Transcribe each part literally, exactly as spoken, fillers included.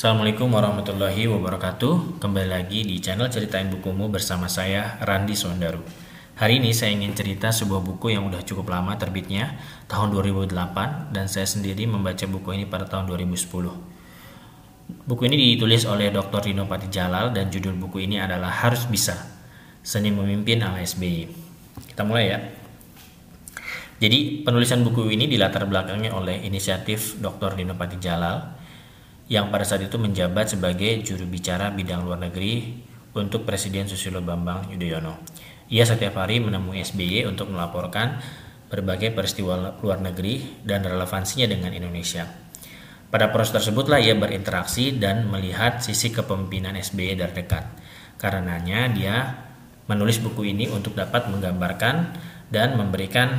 Assalamualaikum warahmatullahi wabarakatuh. Kembali lagi di channel Ceritain Bukumu bersama saya Randi Sondaru. Hari ini saya ingin cerita sebuah buku yang udah cukup lama terbitnya, tahun dua ribu delapan, dan saya sendiri membaca buku ini pada tahun dua ribu sepuluh. Buku ini ditulis oleh doktor Dino Patijalal dan judul buku ini adalah Harus Bisa, Seni Memimpin ala S B Y. Kita mulai ya. Jadi penulisan buku ini dilatar belakangi oleh inisiatif doktor Dino Patijalal yang pada saat itu menjabat sebagai juru bicara bidang luar negeri untuk Presiden Susilo Bambang Yudhoyono. Ia setiap hari menemui S B Y untuk melaporkan berbagai peristiwa luar negeri dan relevansinya dengan Indonesia. Pada proses tersebutlah ia berinteraksi dan melihat sisi kepemimpinan S B Y dari dekat. Karenanya dia menulis buku ini untuk dapat menggambarkan dan memberikan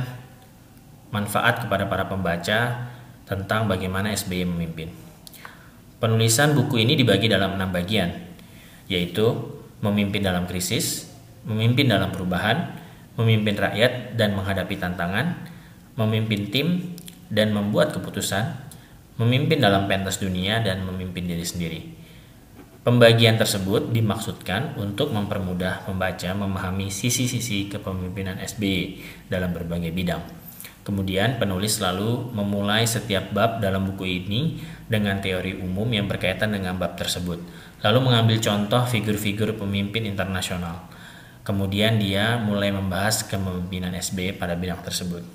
manfaat kepada para pembaca tentang bagaimana S B Y memimpin. Penulisan buku ini dibagi dalam enam bagian, yaitu memimpin dalam krisis, memimpin dalam perubahan, memimpin rakyat dan menghadapi tantangan, memimpin tim dan membuat keputusan, memimpin dalam pentas dunia, dan memimpin diri sendiri. Pembagian tersebut dimaksudkan untuk mempermudah pembaca memahami sisi-sisi kepemimpinan S B Y dalam berbagai bidang. Kemudian penulis selalu memulai setiap bab dalam buku ini dengan teori umum yang berkaitan dengan bab tersebut, lalu mengambil contoh figur-figur pemimpin internasional. Kemudian dia mulai membahas kepemimpinan S B Y pada bidang tersebut.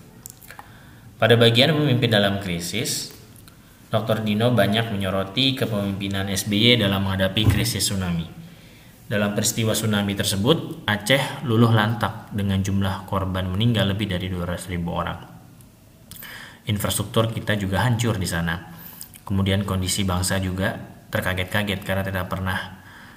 Pada bagian memimpin dalam krisis, doktor Dino banyak menyoroti kepemimpinan S B Y dalam menghadapi krisis tsunami. Dalam peristiwa tsunami tersebut, Aceh luluh lantak dengan jumlah korban meninggal lebih dari dua ratus ribu orang. Infrastruktur kita juga hancur di sana. Kemudian kondisi bangsa juga terkaget-kaget karena tidak pernah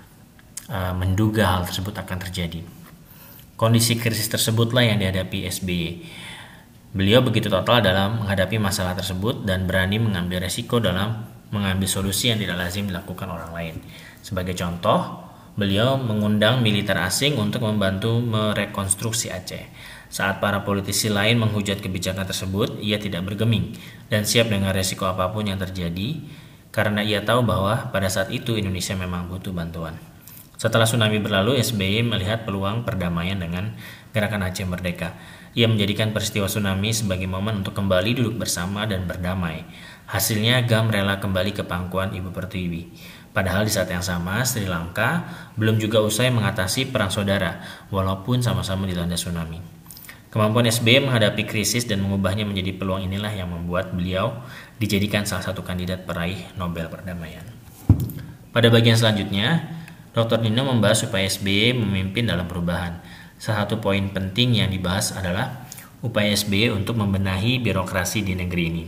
uh, menduga hal tersebut akan terjadi. Kondisi krisis tersebutlah yang dihadapi S B Y. Beliau begitu total dalam menghadapi masalah tersebut dan berani mengambil resiko dalam mengambil solusi yang tidak lazim dilakukan orang lain. Sebagai contoh, beliau mengundang militer asing untuk membantu merekonstruksi Aceh. Saat para politisi lain menghujat kebijakan tersebut, ia tidak bergeming dan siap dengan resiko apapun yang terjadi karena ia tahu bahwa pada saat itu Indonesia memang butuh bantuan. Setelah tsunami berlalu, S B Y melihat peluang perdamaian dengan Gerakan Aceh Merdeka. Ia menjadikan peristiwa tsunami sebagai momen untuk kembali duduk bersama dan berdamai. Hasilnya, G A M rela kembali ke pangkuan Ibu Pertiwi. Padahal di saat yang sama, Sri Lanka belum juga usai mengatasi perang saudara, walaupun sama-sama dilanda tsunami. Kemampuan S B Y menghadapi krisis dan mengubahnya menjadi peluang inilah yang membuat beliau dijadikan salah satu kandidat peraih Nobel Perdamaian. Pada bagian selanjutnya, doktor Dino membahas upaya S B Y memimpin dalam perubahan. Salah satu poin penting yang dibahas adalah upaya S B Y untuk membenahi birokrasi di negeri ini.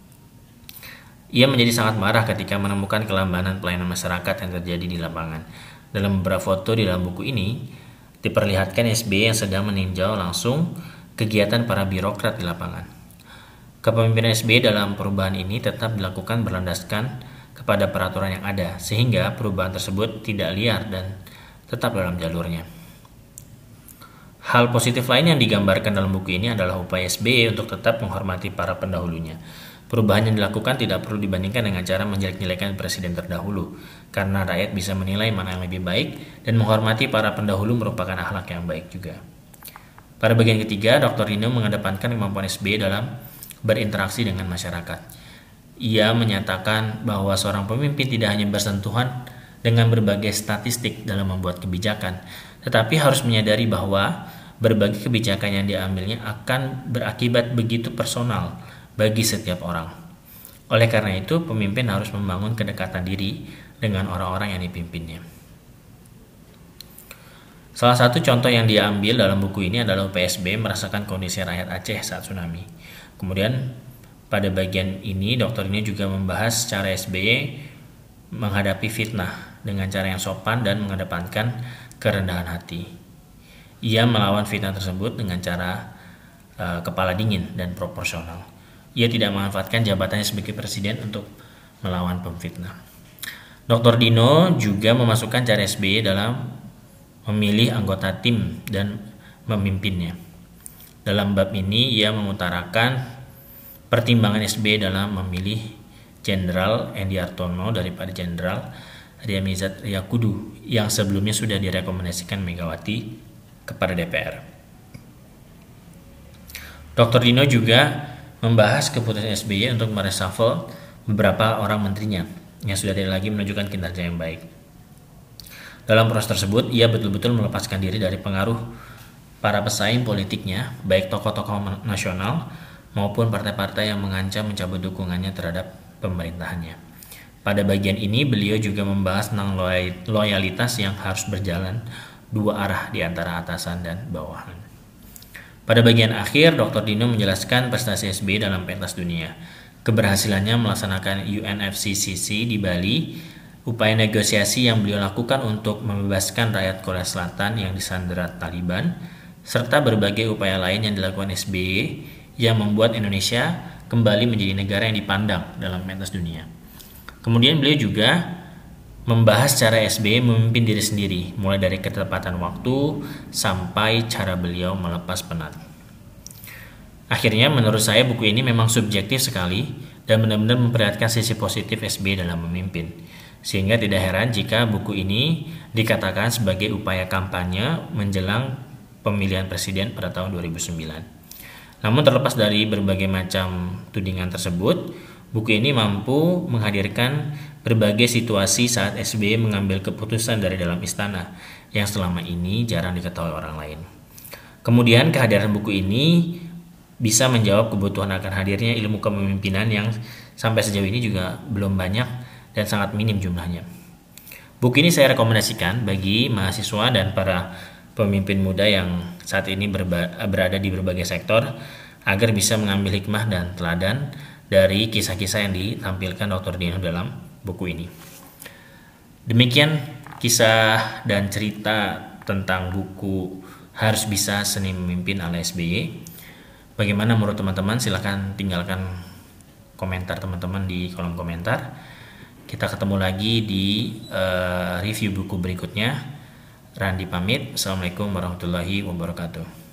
Ia menjadi sangat marah ketika menemukan kelambanan pelayanan masyarakat yang terjadi di lapangan. Dalam beberapa foto di dalam buku ini, diperlihatkan S B Y yang sedang meninjau langsung kegiatan para birokrat di lapangan. Kepemimpinan S B Y dalam perubahan ini tetap dilakukan berlandaskan kepada peraturan yang ada, sehingga perubahan tersebut tidak liar dan tetap dalam jalurnya. Hal positif lain yang digambarkan dalam buku ini adalah upaya S B Y untuk tetap menghormati para pendahulunya. Perubahan yang dilakukan tidak perlu dibandingkan dengan cara menjelek-jelekan presiden terdahulu, karena rakyat bisa menilai mana yang lebih baik dan menghormati para pendahulu merupakan akhlak yang baik juga. Pada bagian ketiga, doktor Dino mengedepankan kemampuan S B Y dalam berinteraksi dengan masyarakat. Ia menyatakan bahwa seorang pemimpin tidak hanya bersentuhan dengan berbagai statistik dalam membuat kebijakan, tetapi harus menyadari bahwa berbagai kebijakan yang diambilnya akan berakibat begitu personal bagi setiap orang. Oleh karena itu, pemimpin harus membangun kedekatan diri dengan orang-orang yang dipimpinnya. Salah satu contoh yang dia ambil dalam buku ini adalah upaya S B Y merasakan kondisi rakyat Aceh saat tsunami. Kemudian pada bagian ini dokter ini juga membahas cara S B Y menghadapi fitnah dengan cara yang sopan dan mengedepankan kerendahan hati. Ia melawan fitnah tersebut dengan cara uh, kepala dingin dan proporsional. Ia tidak memanfaatkan jabatannya sebagai presiden untuk melawan pemfitnah. doktor Dino juga memasukkan cara S B Y dalam memilih anggota tim dan memimpinnya. Dalam bab ini ia mengutarakan pertimbangan S B Y dalam memilih Jenderal Endy Hartono daripada Jenderal Ryamizat Riyakudu yang sebelumnya sudah direkomendasikan Megawati kepada D P R. Doktor Dino juga membahas keputusan S B Y untuk mereshuffle beberapa orang menterinya yang sudah tidak lagi menunjukkan kinerja yang baik. Dalam proses tersebut, ia betul-betul melepaskan diri dari pengaruh para pesaing politiknya, baik tokoh-tokoh nasional maupun partai-partai yang mengancam mencabut dukungannya terhadap pemerintahannya. Pada bagian ini, beliau juga membahas tentang loyalitas yang harus berjalan dua arah di antara atasan dan bawahan. Pada bagian akhir, Doktor Dino menjelaskan prestasi S B Y dalam pentas dunia, keberhasilannya melaksanakan U N F C C C di Bali, upaya negosiasi yang beliau lakukan untuk membebaskan rakyat Korea Selatan yang disandera Taliban, serta berbagai upaya lain yang dilakukan S B Y yang membuat Indonesia kembali menjadi negara yang dipandang dalam pentas dunia. Kemudian beliau juga membahas cara S B Y memimpin diri sendiri, mulai dari ketepatan waktu sampai cara beliau melepas penat. Akhirnya menurut saya buku ini memang subjektif sekali dan benar-benar memperlihatkan sisi positif S B Y dalam memimpin. Sehingga tidak heran jika buku ini dikatakan sebagai upaya kampanye menjelang pemilihan presiden pada tahun dua ribu sembilan. Namun terlepas dari berbagai macam tudingan tersebut, buku ini mampu menghadirkan berbagai situasi saat S B Y mengambil keputusan dari dalam istana yang selama ini jarang diketahui orang lain. Kemudian kehadiran buku ini bisa menjawab kebutuhan akan hadirnya ilmu kepemimpinan yang sampai sejauh ini juga belum banyak dan sangat minim jumlahnya. Buku ini saya rekomendasikan bagi mahasiswa dan para pemimpin muda yang saat ini berba- berada di berbagai sektor agar bisa mengambil hikmah dan teladan dari kisah-kisah yang ditampilkan Doktor Dino dalam buku ini. Demikian kisah dan cerita tentang buku Harus Bisa Seni Memimpin ala S B Y. Bagaimana menurut teman-teman? Silahkan tinggalkan komentar teman-teman di kolom komentar. Kita ketemu lagi di uh, review buku berikutnya. Randi pamit. Assalamualaikum warahmatullahi wabarakatuh.